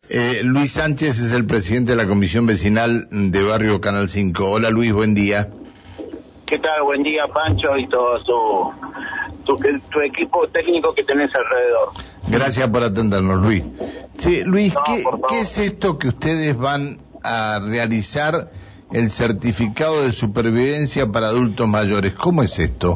Luis Sánchez es el presidente de la Comisión Vecinal de Barrio Canal 5. Hola Luis, buen día. ¿Qué tal? Buen día, Pancho, y todo tu equipo técnico que tenés alrededor. Gracias por atendernos, Luis. Sí, Luis, No, ¿qué es esto que ustedes van a realizar, el certificado de supervivencia para adultos mayores? ¿Cómo es esto?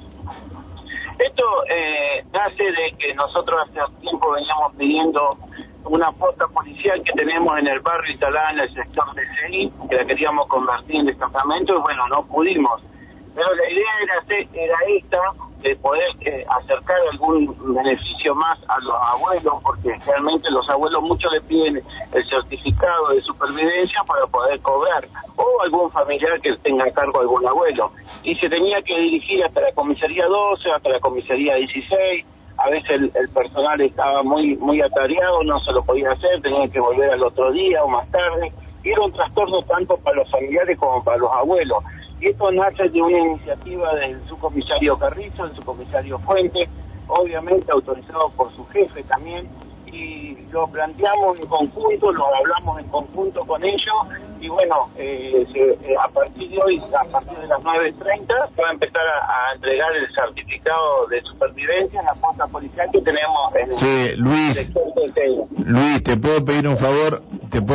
Esto nace de que nosotros hace tiempo veníamos pidiendo una posta policial que tenemos en el barrio instalada en el sector de CEI, que la queríamos convertir en destacamento, y bueno, no pudimos. Pero la idea era esta, de poder acercar algún beneficio más a los abuelos, porque realmente los abuelos muchos le piden el certificado de supervivencia para poder cobrar, o algún familiar que tenga a cargo algún abuelo. Y se tenía que dirigir hasta la comisaría 12, hasta la comisaría 16, a veces el personal estaba muy atareado, no se lo podía hacer, tenía que volver al otro día o más tarde, y era un trastorno tanto para los familiares como para los abuelos. Y esto nace de una iniciativa del subcomisario Carrizo, del subcomisario Fuente, obviamente autorizado por su jefe también, y lo planteamos en conjunto, lo hablamos en conjunto con ellos, y bueno, a partir de hoy, a partir de las 9:30, se va a empezar a entregar el certificado de supervivencia en la posta policial que tenemos en sí, Luis, Luis, ¿te puedo pedir un favor?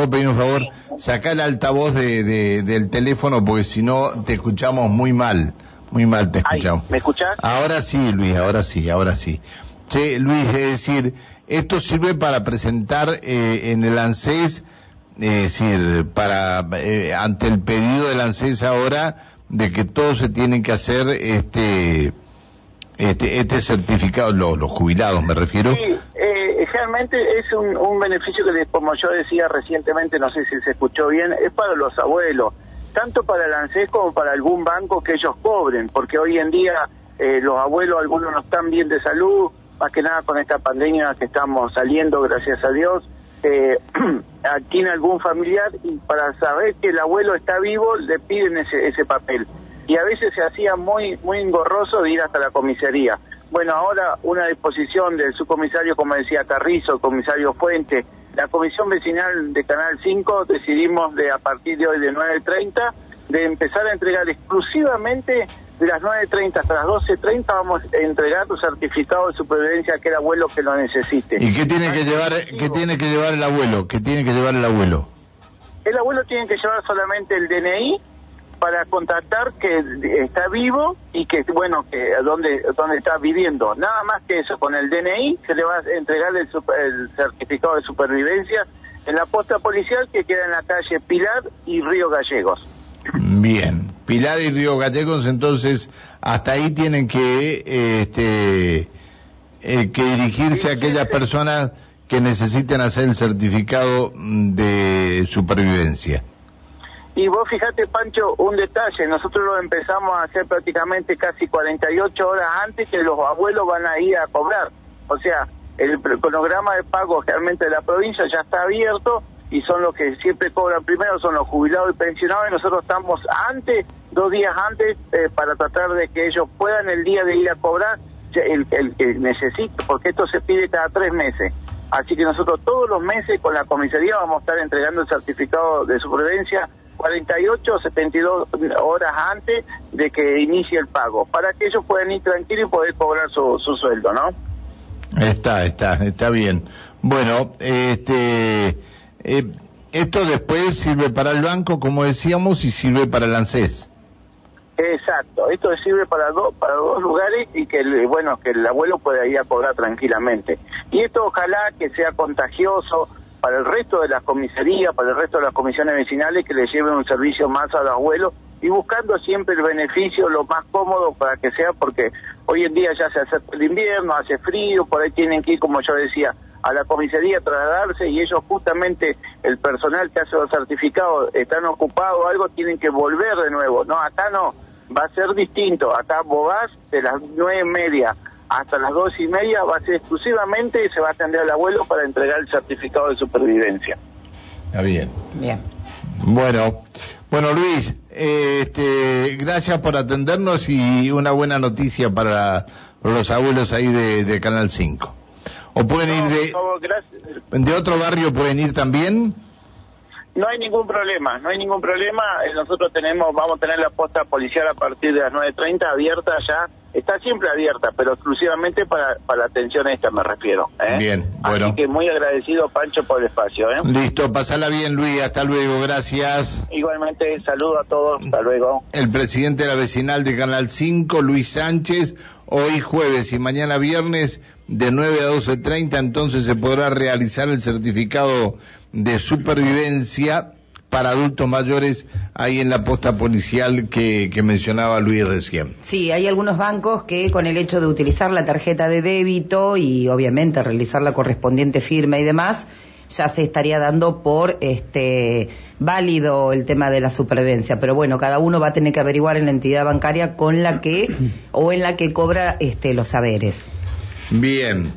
Sacá el altavoz del teléfono, porque si no te escuchamos muy mal te escuchamos. Ay, ¿me escuchás? Ahora sí, Luis, ahora sí. Sí, Luis, es decir, esto sirve para presentar en el ANSES, es decir, ante el pedido del ANSES ahora de que todos se tienen que hacer este certificado, los jubilados me refiero. Sí, realmente es un beneficio que, como yo decía recientemente, no sé si se escuchó bien, es para los abuelos, tanto para el ANSES como para algún banco que ellos cobren, porque hoy en día los abuelos, algunos no están bien de salud, más que nada con esta pandemia que estamos saliendo, gracias a Dios, tiene algún familiar y para saber que el abuelo está vivo le piden ese papel. Y a veces se hacía muy engorroso de ir hasta la comisaría. Bueno, ahora una disposición del subcomisario, como decía Carrizo, el comisario Fuente, la Comisión Vecinal de Canal 5, decidimos a partir de hoy de 9:30, de empezar a entregar exclusivamente de las 9:30 hasta las 12:30 vamos a entregar tu certificado de supervivencia a aquel abuelo que lo necesite. ¿Y qué tiene que llevar el abuelo? ¿Qué tiene que llevar el abuelo? El abuelo tiene que llevar solamente el DNI para contactar que está vivo y que, bueno, que dónde está viviendo. Nada más que eso, con el DNI se le va a entregar el certificado de supervivencia en la posta policial que queda en la calle Pilar y Río Gallegos. Bien, Pilar y Río Gallegos, entonces hasta ahí tienen que dirigirse a aquellas personas que necesiten hacer el certificado de supervivencia. Y vos fijate, Pancho, un detalle, nosotros lo empezamos a hacer prácticamente casi 48 horas antes que los abuelos van a ir a cobrar. O sea, el cronograma de pago realmente de la provincia ya está abierto, y son los que siempre cobran primero, son los jubilados y pensionados, y nosotros estamos 2 días antes, para tratar de que ellos puedan el día de ir a cobrar, el que necesite, porque esto se pide cada 3 meses. Así que nosotros todos los meses con la comisaría vamos a estar entregando el certificado de supervivencia 48 o 72 horas antes de que inicie el pago, para que ellos puedan ir tranquilos y poder cobrar su sueldo, ¿no? Está bien. Bueno, esto después sirve para el banco, como decíamos, y sirve para el ANSES. Exacto, esto sirve para dos lugares, y que el abuelo pueda ir a cobrar tranquilamente. Y esto ojalá que sea contagioso para el resto de las comisarías, para el resto de las comisiones vecinales, que le lleven un servicio más a los abuelos, y buscando siempre el beneficio lo más cómodo para que sea, porque hoy en día ya se acerca el invierno, hace frío, por ahí tienen que ir, como yo decía, a la comisaría a trasladarse, y ellos justamente, el personal que hace los certificados, están ocupados o algo, tienen que volver de nuevo. No, acá no, va a ser distinto. Acá vos vas de las 9:30 hasta las 2:30, va a ser exclusivamente, y se va a atender al abuelo para entregar el certificado de supervivencia. Está bien. Bueno, Luis, gracias por atendernos, y una buena noticia para los abuelos ahí de Canal 5. ¿O pueden ir por favor, gracias. de otro barrio pueden ir también? No hay ningún problema, no hay ningún problema. Nosotros vamos a tener la posta policial a partir de las 9:30 abierta ya. Está siempre abierta, pero exclusivamente para la atención esta me refiero. Bien, bueno. Así que muy agradecido, Pancho, por el espacio. Listo, pasala bien, Luis, hasta luego, gracias. Igualmente, saludo a todos, hasta luego. El presidente de la vecinal de Canal 5, Luis Sánchez, hoy jueves y mañana viernes de 9 a 12:30, entonces se podrá realizar el certificado de supervivencia para adultos mayores ahí en la posta policial que mencionaba Luis recién. Sí, hay algunos bancos que con el hecho de utilizar la tarjeta de débito y obviamente realizar la correspondiente firma y demás, ya se estaría dando por válido el tema de la supervivencia, pero bueno, cada uno va a tener que averiguar en la entidad bancaria con la que o en la que cobra los saberes. Bien.